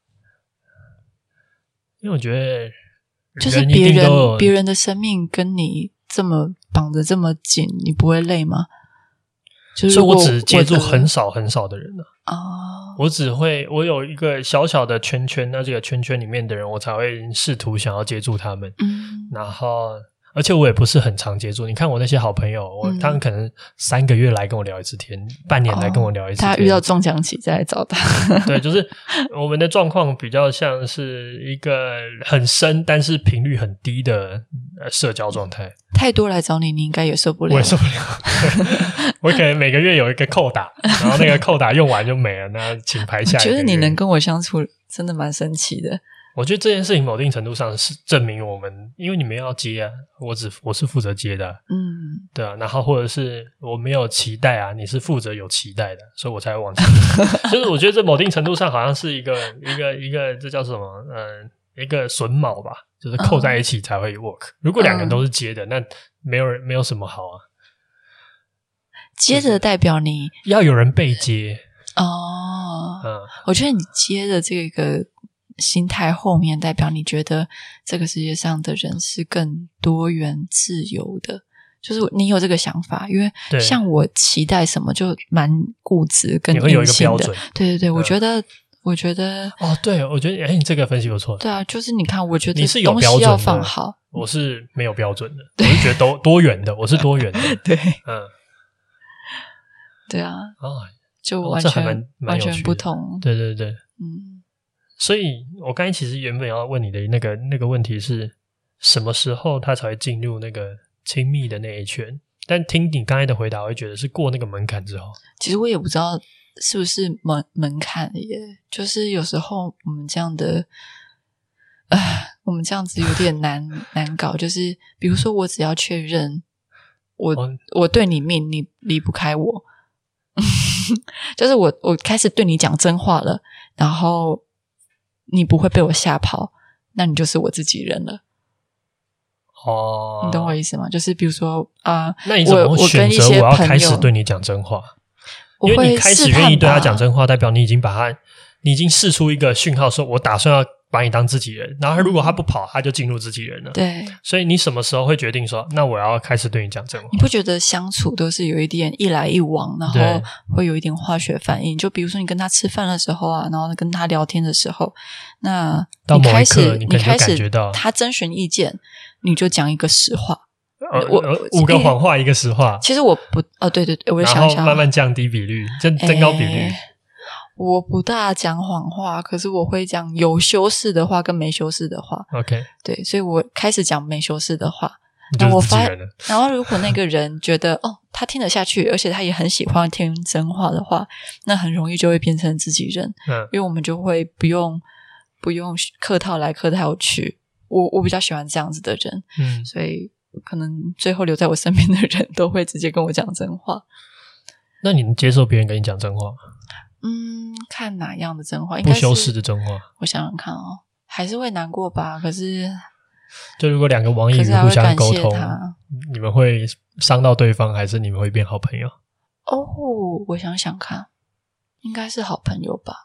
Speaker 2: 因为我觉得
Speaker 3: 就是别人别人的生命跟你这么绑得这么紧，你不会累吗？就是
Speaker 2: 所以我只接住很少很少的人了
Speaker 3: 啊、
Speaker 2: 哦，我只会我有一个小小的圈圈，那这个圈圈里面的人，我才会试图想要接住他们。
Speaker 3: 嗯，
Speaker 2: 然后而且我也不是很常接触，你看我那些好朋友，我、
Speaker 3: 嗯、
Speaker 2: 他们可能三个月来跟我聊一次天，半年来跟我聊一次天，
Speaker 3: 哦、他遇到中奖期再来找他。
Speaker 2: 对，就是我们的状况比较像是一个很深但是频率很低的社交状态。
Speaker 3: 太多来找你，你应该也受不了。
Speaker 2: 我也受不了。我可能每个月有一个扣打，然后那个扣打用完就没了，那请排下一个月。
Speaker 3: 我觉得你能跟我相处真的蛮神奇的。
Speaker 2: 我觉得这件事情某定程度上是证明我们，因为你们要接啊，我只我是负责接的、啊，
Speaker 3: 嗯，
Speaker 2: 对啊，然后或者是我没有期待啊，你是负责有期待的，所以我才会往前。就是我觉得这某定程度上好像是一个一个一个这叫什么？嗯、呃，一个榫卯吧，就是扣在一起才会 work。如果两个人都是接的，嗯、那没有人没有什么好啊。
Speaker 3: 接着代表你、
Speaker 2: 就是、要有人被接
Speaker 3: 哦。
Speaker 2: 嗯，
Speaker 3: 我觉得你接的这个心态后面代表你觉得这个世界上的人是更多元自由的，就是你有这个想法。因为像我期待什么就蛮固执跟硬性的，
Speaker 2: 你会有一个标准。
Speaker 3: 对对对、嗯、我觉得我觉得
Speaker 2: 哦，对，我觉得哎，你这个分析不错。
Speaker 3: 对啊，就是你看，我觉得
Speaker 2: 你是有标准的，
Speaker 3: 东西要放好，
Speaker 2: 我是没有标准的，我是觉得都多元的，我是多元的。
Speaker 3: 对，
Speaker 2: 嗯，
Speaker 3: 对啊，
Speaker 2: 哦，
Speaker 3: 就完全、
Speaker 2: 哦、蛮蛮
Speaker 3: 完全不同。
Speaker 2: 对对对，
Speaker 3: 嗯。
Speaker 2: 所以我刚才其实原本要问你的那个那个问题是什么时候他才会进入那个亲密的那一圈，但听你刚才的回答我会觉得是过那个门槛之后。
Speaker 3: 其实我也不知道是不是门门槛耶，就是有时候我们这样的呃，我们这样子有点难难搞，就是比如说我只要确认我、哦、我对你命，你离不开我就是我我开始对你讲真话了，然后你不会被我吓跑，那你就是我自己人了。
Speaker 2: 哦，
Speaker 3: 你懂我意思吗？就是比如说啊、呃，
Speaker 2: 那你怎么选择我要开始对你讲真话？因为你开始愿意对他讲真话，代表你已经把他，你已经释出一个讯号，说我打算要把你当自己人。然后如果他不跑，他就进入自己人了。
Speaker 3: 对，
Speaker 2: 所以你什么时候会决定说，那我要开始对你讲真话？
Speaker 3: 你不觉得相处都是有一点一来一往，然后会有一点化学反应？就比如说你跟他吃饭的时候啊，然后跟他聊天的时候，那你开始
Speaker 2: 你
Speaker 3: 开始
Speaker 2: 到
Speaker 3: 他征询意见，你就讲一个实话。
Speaker 2: 呃、我五个谎话一个实话。
Speaker 3: 其实我不哦，对对对，我就想想，
Speaker 2: 然后慢慢降低比率，增增高比率。
Speaker 3: 欸我不大讲谎话，可是我会讲有修饰的话跟没修饰的话。
Speaker 2: OK，
Speaker 3: 对，所以我开始讲没修饰的话。
Speaker 2: 那
Speaker 3: 我发，然后如果那个人觉得哦，他听得下去，而且他也很喜欢听真话的话，那很容易就会变成自己人。
Speaker 2: 嗯，
Speaker 3: 因为我们就会不用不用客套来客套去。我我比较喜欢这样子的人，
Speaker 2: 嗯，
Speaker 3: 所以可能最后留在我身边的人都会直接跟我讲真话。
Speaker 2: 那你能接受别人跟你讲真话吗？
Speaker 3: 嗯，看哪样的真话，应该是
Speaker 2: 不修饰的真话。
Speaker 3: 我想想看哦，还是会难过吧。可是，
Speaker 2: 就如果两个网友互相沟通，你们会伤到对方，还是你们会变好朋友？
Speaker 3: 哦，我想想看，应该是好朋友吧。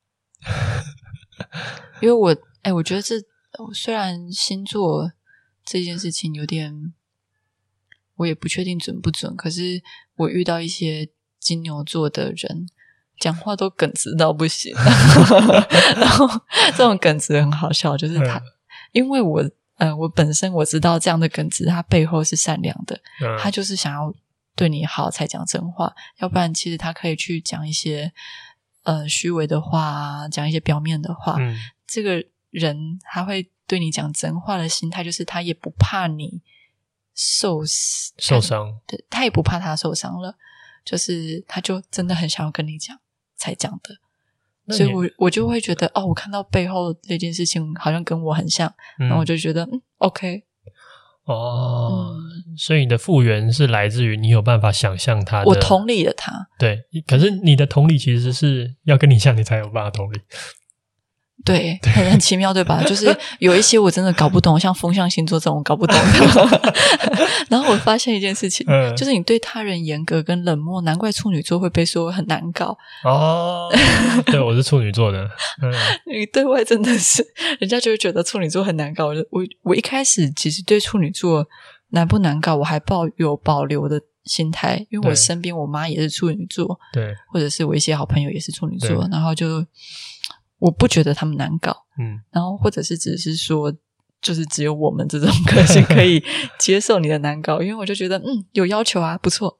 Speaker 3: 因为我，哎，我觉得这虽然星座这件事情有点，我也不确定准不准，可是我遇到一些金牛座的人。讲话都耿直到不行然后这种耿直很好笑，就是他、嗯、因为我呃，我本身我知道这样的耿直他背后是善良的、嗯、他就是想要对你好才讲真话，要不然其实他可以去讲一些呃虚伪的话啊，讲一些表面的话、
Speaker 2: 嗯、
Speaker 3: 这个人他会对你讲真话的心态就是他也不怕你受
Speaker 2: 受伤，
Speaker 3: 对，他也不怕他受伤了，就是他就真的很想要跟你讲才讲的，所以我我就会觉得哦，我看到背后这件事情好像跟我很像，
Speaker 2: 嗯、
Speaker 3: 然后我就觉得嗯 OK。
Speaker 2: 哦、嗯，所以你的复原是来自于你有办法想象他的，
Speaker 3: 我同理了他。
Speaker 2: 对，可是你的同理其实是要跟你像你才有办法同理。
Speaker 3: 对，很很奇妙，对吧？就是有一些我真的搞不懂，像风象星座这种我搞不懂的。然后我发现一件事情、嗯、就是你对他人严格跟冷漠，难怪处女座会被说很难搞。
Speaker 2: 哦，对，我是处女座的。嗯，
Speaker 3: 你对外真的是人家就会觉得处女座很难搞。我我一开始其实对处女座难不难搞我还抱有保留的心态，因为我身边我妈也是处女座，
Speaker 2: 对，
Speaker 3: 或者是我一些好朋友也是处女座，然后就我不觉得他们难搞，嗯，然后或者是只是说就是只有我们这种个性可以接受你的难搞，因为我就觉得嗯有要求啊，不错。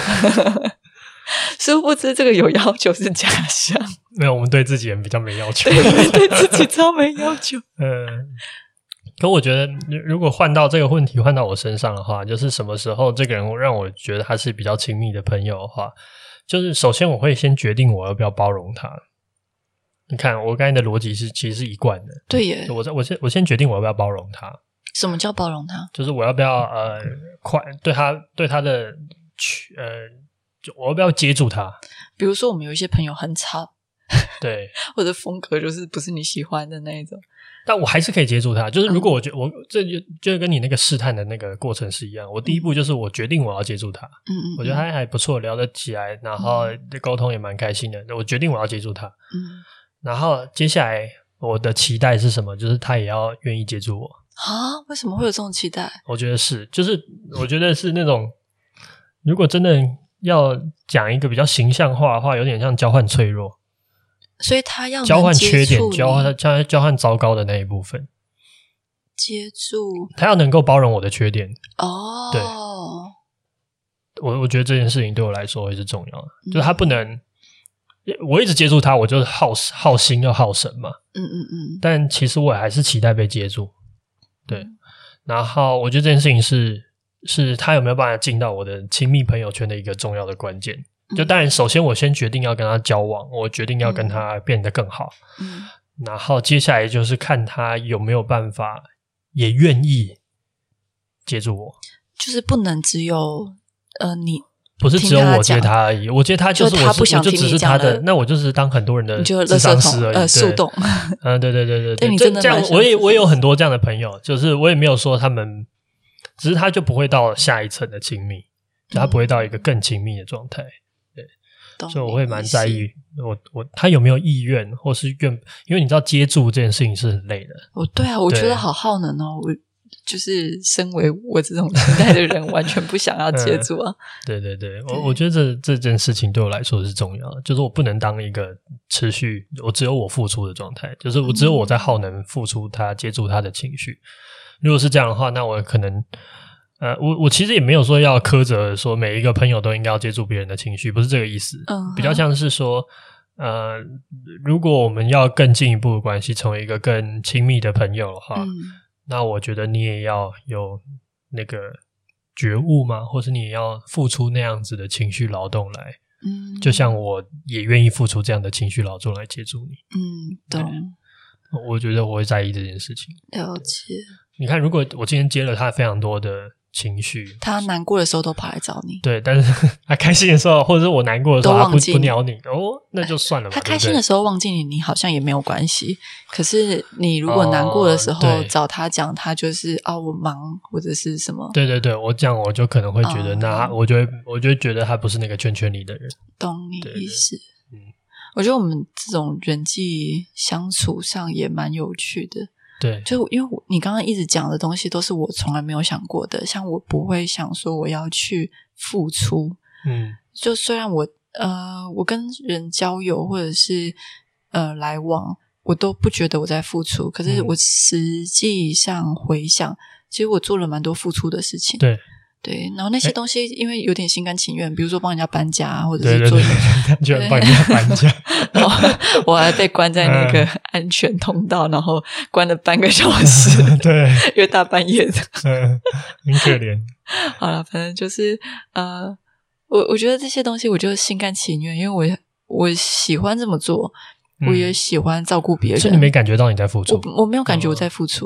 Speaker 3: 殊不知这个有要求是假象，
Speaker 2: 没有，我们对自己人比较没要求，
Speaker 3: 对，对自己超没要求。
Speaker 2: 嗯，可我觉得如果换到这个问题换到我身上的话，就是什么时候这个人让我觉得他是比较亲密的朋友的话，就是首先我会先决定我要不要包容他。你看我刚才的逻辑是其实是一贯的，
Speaker 3: 对耶，
Speaker 2: 我我先我先决定我要不要包容他。
Speaker 3: 什么叫包容他？就是
Speaker 2: 我要不要呃快对他对他的呃就我要不要接住他。
Speaker 3: 比如说我们有一些朋友很吵，
Speaker 2: 对，
Speaker 3: 或者风格就是不是你喜欢的那一种，
Speaker 2: 但我还是可以接住他。就是如果我觉得、嗯、我这就就跟你那个试探的那个过程是一样，我第一步就是我决定我要接住他，嗯嗯，我觉得他还不错，聊得起来，然后沟通也蛮开心的、嗯、我决定我要接住他，嗯，然后接下来我的期待是什么？就是他也要愿意接住我
Speaker 3: 啊？为什么会有这种期待？
Speaker 2: 我觉得是，就是我觉得是那种如果真的要讲一个比较形象化的话，有点像交换脆弱，
Speaker 3: 所以他要
Speaker 2: 交换缺点，交换交交换糟糕的那一部分，
Speaker 3: 接住
Speaker 2: 他要能够包容我的缺点。
Speaker 3: 哦，
Speaker 2: 对，我我觉得这件事情对我来说会是重要的，嗯、就是他不能，我一直接住他，我就是耗耗心又耗神嘛。嗯嗯嗯。但其实我还是期待被接住，对。嗯、然后我觉得这件事情是是他有没有办法进到我的亲密朋友圈的一个重要的关键。就当然首先我先决定要跟他交往，我决定要跟他变得更好，嗯，然后接下来就是看他有没有办法也愿意接住我，
Speaker 3: 就是不能只有呃你
Speaker 2: 不是只有我接他而已，我接他就是我是
Speaker 3: 他不想
Speaker 2: 我就只是他的，那我就是当很多人的智商师而已，
Speaker 3: 呃树洞，
Speaker 2: 嗯，对对对对
Speaker 3: 对，这
Speaker 2: 这样我也我也有很多这样的朋友，就是我也没有说他们，只是他就不会到下一层的亲密，就他不会到一个更亲密的状态。所以我会蛮在意我我他有没有意愿或是愿，因为你知道接住这件事情是很累的。
Speaker 3: 哦，对啊，我觉得好耗能哦。我就是身为我这种心态的人，完全不想要接住啊。
Speaker 2: 嗯、对对对，我我觉得这这件事情对我来说是重要的，就是我不能当一个持续我只有我付出的状态，就是我只有我在耗能付出他接住他的情绪。如果是这样的话，那我可能。呃，我我其实也没有说要苛责说每一个朋友都应该要接住别人的情绪，不是这个意思。嗯，比较像是说，呃，如果我们要更进一步的关系，成为一个更亲密的朋友的话，嗯，那我觉得你也要有那个觉悟嘛，或是你也要付出那样子的情绪劳动来，嗯，就像我也愿意付出这样的情绪劳动来接住你。
Speaker 3: 嗯，懂。
Speaker 2: 我觉得我会在意这件事情。
Speaker 3: 了解。
Speaker 2: 你看，如果我今天接了他非常多的情绪，
Speaker 3: 他难过的时候都跑来找你，
Speaker 2: 对，但是他开心的时候，或者是我难过的时候，他不不鸟你，哦，那就算了吧。
Speaker 3: 他开心的时候忘记你，你好像也没有关系。可是你如果难过的时候、哦、找他讲，他就是啊我忙或者是什么，
Speaker 2: 对对对，我讲我就可能会觉得，哦、那我就会我就会觉得他不是那个圈圈里的人。
Speaker 3: 懂你意思。嗯，我觉得我们这种人际相处上也蛮有趣的。
Speaker 2: 对，
Speaker 3: 就因为你刚刚一直讲的东西都是我从来没有想过的，像我不会想说我要去付出，嗯，就虽然我呃我跟人交友或者是呃来往，我都不觉得我在付出，可是我实际上回想，其实我做了蛮多付出的事情，
Speaker 2: 对
Speaker 3: 对，然后那些东西因为有点心甘情愿，比如说帮人家搬家，或者是做，
Speaker 2: 居然帮人家搬家，
Speaker 3: 然后我还被关在那个安全通道，然后关了半个小时，
Speaker 2: 对，
Speaker 3: 因为大半夜的，
Speaker 2: 嗯，很可怜。
Speaker 3: 好了，反正就是呃，我我觉得这些东西我就心甘情愿，因为我我喜欢这么做，我也喜欢照顾别人，
Speaker 2: 所以你没感觉到你在付出？
Speaker 3: 我我没有感觉我在付出。哦，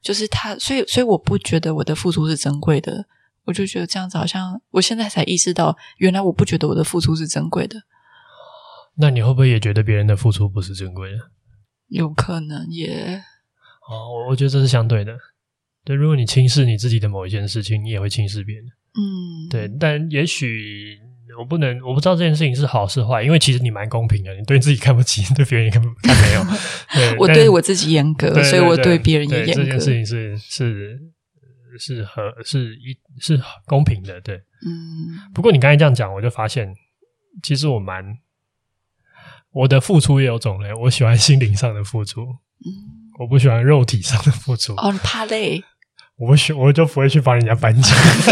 Speaker 3: 就是他，所以所以我不觉得我的付出是珍贵的，我就觉得这样子好像我现在才意识到，原来我不觉得我的付出是珍贵的。
Speaker 2: 那你会不会也觉得别人的付出不是珍贵的？
Speaker 3: 有可能也
Speaker 2: 哦，我我觉得这是相对的。对，如果你轻视你自己的某一件事情，你也会轻视别人。
Speaker 3: 嗯，
Speaker 2: 对，但也许我不能，我不知道这件事情是好是坏，因为其实你蛮公平的，你对自己看不起，对别人也看不看没有。对，
Speaker 3: 我对我自己严格，
Speaker 2: 对对对，
Speaker 3: 所以我对别人也严格。
Speaker 2: 这件事情是是是和是一是公平的，对。
Speaker 3: 嗯，
Speaker 2: 不过你刚才这样讲，我就发现，其实我蛮我的付出也有种类，我喜欢心灵上的付出，嗯，我不喜欢肉体上的付出。
Speaker 3: 哦，你怕累？
Speaker 2: 我不喜，我就不会去帮人家搬家。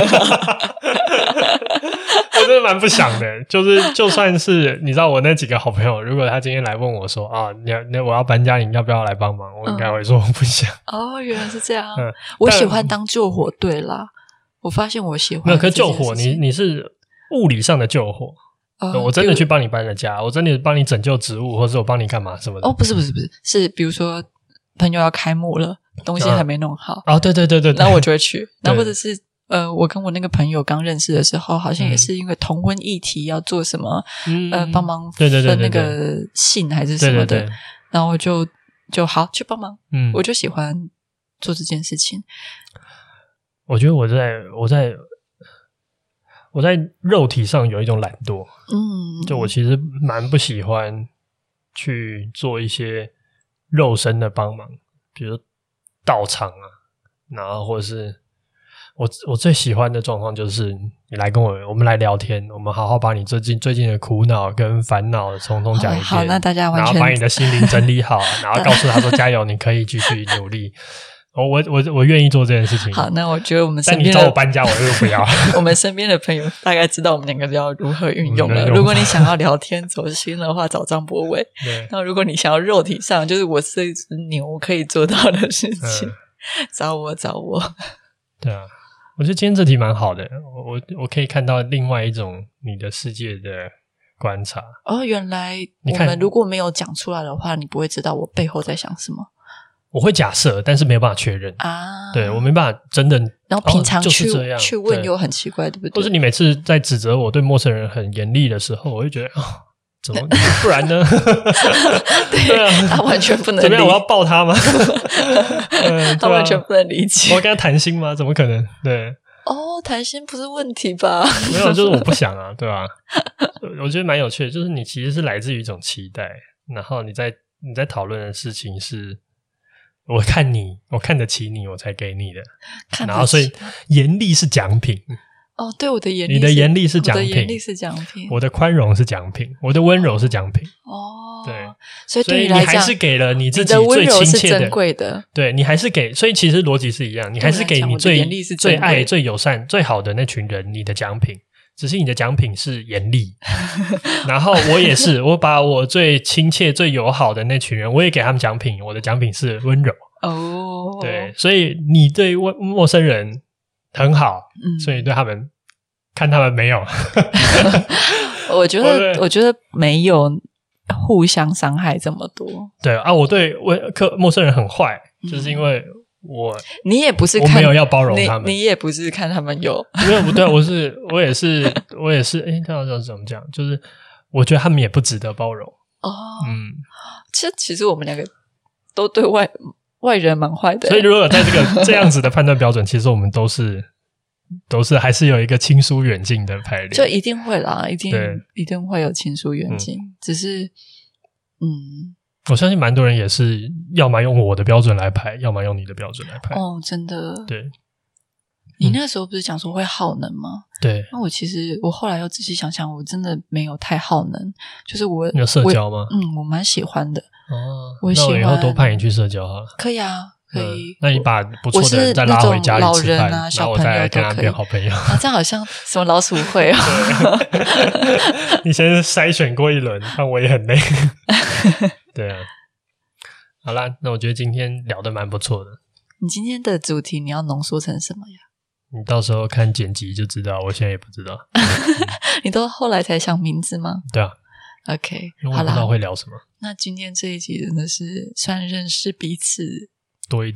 Speaker 2: 我真的蛮不想的，就是就算是你知道我那几个好朋友，如果他今天来问我说啊，你要你我要搬家，你要不要来帮忙？我应该会说我不想。
Speaker 3: 哦，原来是这样。
Speaker 2: 嗯，
Speaker 3: 我喜欢当救火队啦。我发现我喜欢
Speaker 2: 没有，可是救火，你你是物理上的救火。呃、我真的去帮你搬了家，我真的帮你拯救植物，或者我帮你干嘛什么的。
Speaker 3: 哦，不是不是不是，是比如说朋友要开幕了，东西还没弄好。
Speaker 2: 哦，对对对对，
Speaker 3: 然后我就会去。然后或者是呃，我跟我那个朋友刚认识的时候，好像也是因为同婚议题要做什么，嗯、呃，帮忙分那个信还是什么的，
Speaker 2: 对对对对，
Speaker 3: 然后我就就好去帮忙。
Speaker 2: 嗯，
Speaker 3: 我就喜欢做这件事情。
Speaker 2: 我觉得我在我在我在肉体上有一种懒惰，
Speaker 3: 嗯，
Speaker 2: 就我其实蛮不喜欢去做一些肉身的帮忙，比如到场啊，然后或者是我我最喜欢的状况就是你来跟我我们来聊天，我们好好把你最近最近的苦恼跟烦恼统统讲一遍，
Speaker 3: 好，那大家完全
Speaker 2: 然后把你的心灵整理好，然后告诉他说加油，你可以继续努力。我我我我愿意做这件事情。
Speaker 3: 好，那我觉得我们身边的，
Speaker 2: 但你找我搬家，我又不要。
Speaker 3: 我们身边的朋友大概知道我们两个要如何运用了。如果你想要聊天走心的话，找张博伟。那如果你想要肉体上，就是我是一只牛可以做到的事情，嗯、找我找我。
Speaker 2: 对啊，我觉得今天这题蛮好的，我我我可以看到另外一种你的世界的观察。
Speaker 3: 哦，原来我们如果没有讲出来的话，你不会知道我背后在想什么。
Speaker 2: 我会假设，但是没有办法确认
Speaker 3: 啊。
Speaker 2: 对，我没办法真的，
Speaker 3: 然后平常去、
Speaker 2: 哦就是这样
Speaker 3: 去问又很奇怪，对不对？
Speaker 2: 或是你每次在指责我对陌生人很严厉的时候，我会觉得啊、哦，怎么不然呢？
Speaker 3: 对, 对啊，他完全不能理。
Speaker 2: 怎么样？我要抱他吗？
Speaker 3: 嗯、他完全不能理解。
Speaker 2: 我要跟他谈心吗？怎么可能？对。
Speaker 3: 哦，谈心不是问题吧？
Speaker 2: 没有，就是我不想啊，对吧？我觉得蛮有趣的，就是你其实是来自于一种期待，然后你在你在讨论的事情是。我看你，我看得起你，我才给你的。然后，所以严厉是奖品。
Speaker 3: 哦，对，我的严厉，
Speaker 2: 你的严厉是奖品，
Speaker 3: 我的严厉是奖品，
Speaker 2: 我的宽容是奖品，我的温柔是奖品。
Speaker 3: 哦，
Speaker 2: 对，
Speaker 3: 所以对你来讲，
Speaker 2: 你还是给了你自己最亲切的，
Speaker 3: 珍贵的。
Speaker 2: 对，你还是给，所以其实逻辑是一样，你还是给你最最爱、最友善、最好的那群人你的奖品。只是你的奖品是严厉，然后我也是，我把我最亲切、最友好的那群人，我也给他们奖品，我的奖品是温柔。
Speaker 3: 哦，
Speaker 2: 对，所以你对陌生人很好，嗯、所以对他们看他们没有。
Speaker 3: 我觉得，我觉得没有互相伤害这么多。
Speaker 2: 对啊，我对客陌生人很坏，嗯、就是因为。我
Speaker 3: 你也不是看
Speaker 2: 我没有要包容他们，
Speaker 3: 你, 你也不是看他们有
Speaker 2: 没有不对，我是我也是我也是，诶，这样这怎么讲？就是我觉得他们也不值得包容
Speaker 3: 哦。
Speaker 2: 嗯，
Speaker 3: 其实其实我们两个都对外外人蛮坏的，
Speaker 2: 所以如果在这个这样子的判断标准，其实我们都是都是还是有一个亲疏远近的排列，
Speaker 3: 就一定会啦，一定一定会有亲疏远近，嗯、只是嗯。
Speaker 2: 我相信蛮多人也是要么用我的标准来排，要么用你的标准来排。
Speaker 3: 哦，真的。
Speaker 2: 对，
Speaker 3: 你那时候不是讲说会耗能吗？
Speaker 2: 对。
Speaker 3: 那我其实我后来又仔细想想，我真的没有太耗能，就是我
Speaker 2: 你有社交吗？
Speaker 3: 嗯，我蛮喜欢的。
Speaker 2: 哦，
Speaker 3: 我喜欢。
Speaker 2: 那我以后多派你去社交好了。
Speaker 3: 可以啊，可以。
Speaker 2: 嗯、那你把不错的人再拉回家里吃饭，
Speaker 3: 啊、
Speaker 2: 然后我再跟他变好朋友。
Speaker 3: 啊，这样好像什么老鼠会啊？
Speaker 2: 你先筛选过一轮，但我也很累。对啊。好啦，那我觉得今天聊得蛮不错的。
Speaker 3: 你今天的主题你要浓缩成什么呀？
Speaker 2: 你到时候看剪辑就知道，我现在也不知道。
Speaker 3: 你都后来才想名字吗？
Speaker 2: 对啊。
Speaker 3: OK，
Speaker 2: 因为我不知道会聊什么。
Speaker 3: 那今天这一集真的是算认识彼此
Speaker 2: 多一点。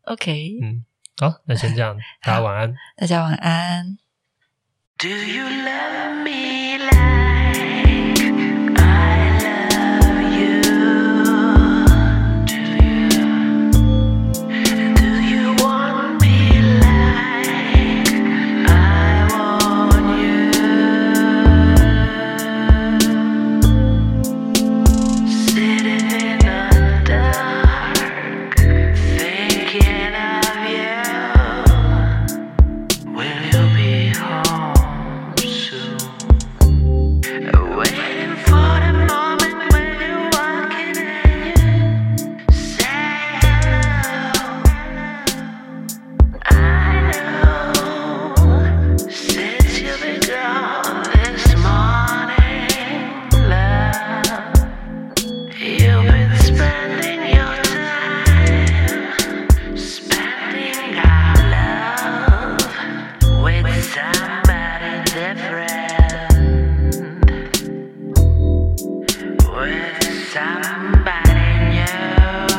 Speaker 3: OK，
Speaker 2: 嗯，好，那先这样，大家晚安。
Speaker 3: 大家晚安。
Speaker 4: Do you love me like I love you? Do you? Do you want me like I want you? Sitting in the dark, thinking of you. Will you be home soon? Waiting for the moment when you're walking and you say hello. I know since you've been gone this morning, love, you've been spending your time spending our love with somebody different, with somebody new.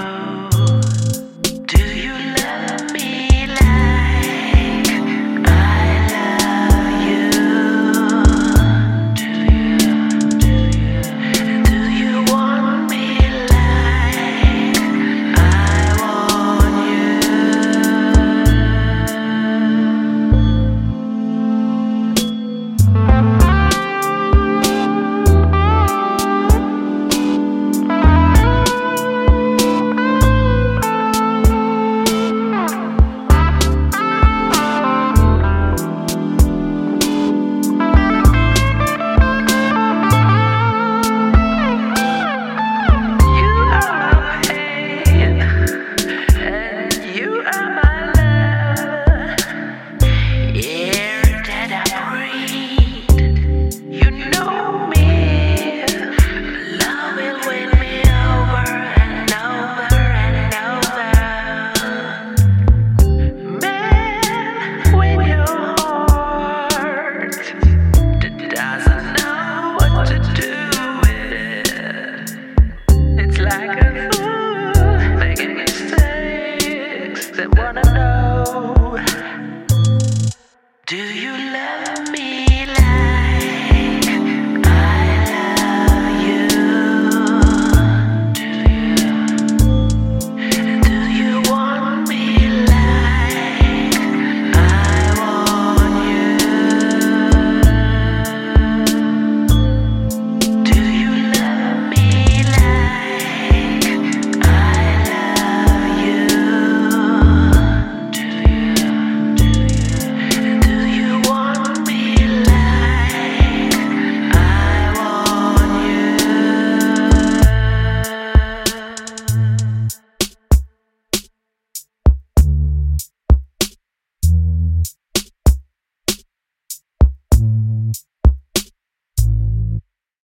Speaker 4: Do you love me like I love you? Do you? Do you? Do you want me like I want you? You are my pain, and you are my love. Air that I breathe, you know me. Love will win me over and over and over. Man, when your heart doesn't know what to do with it, it's like a fool making mistakes that wanna know. Do you love me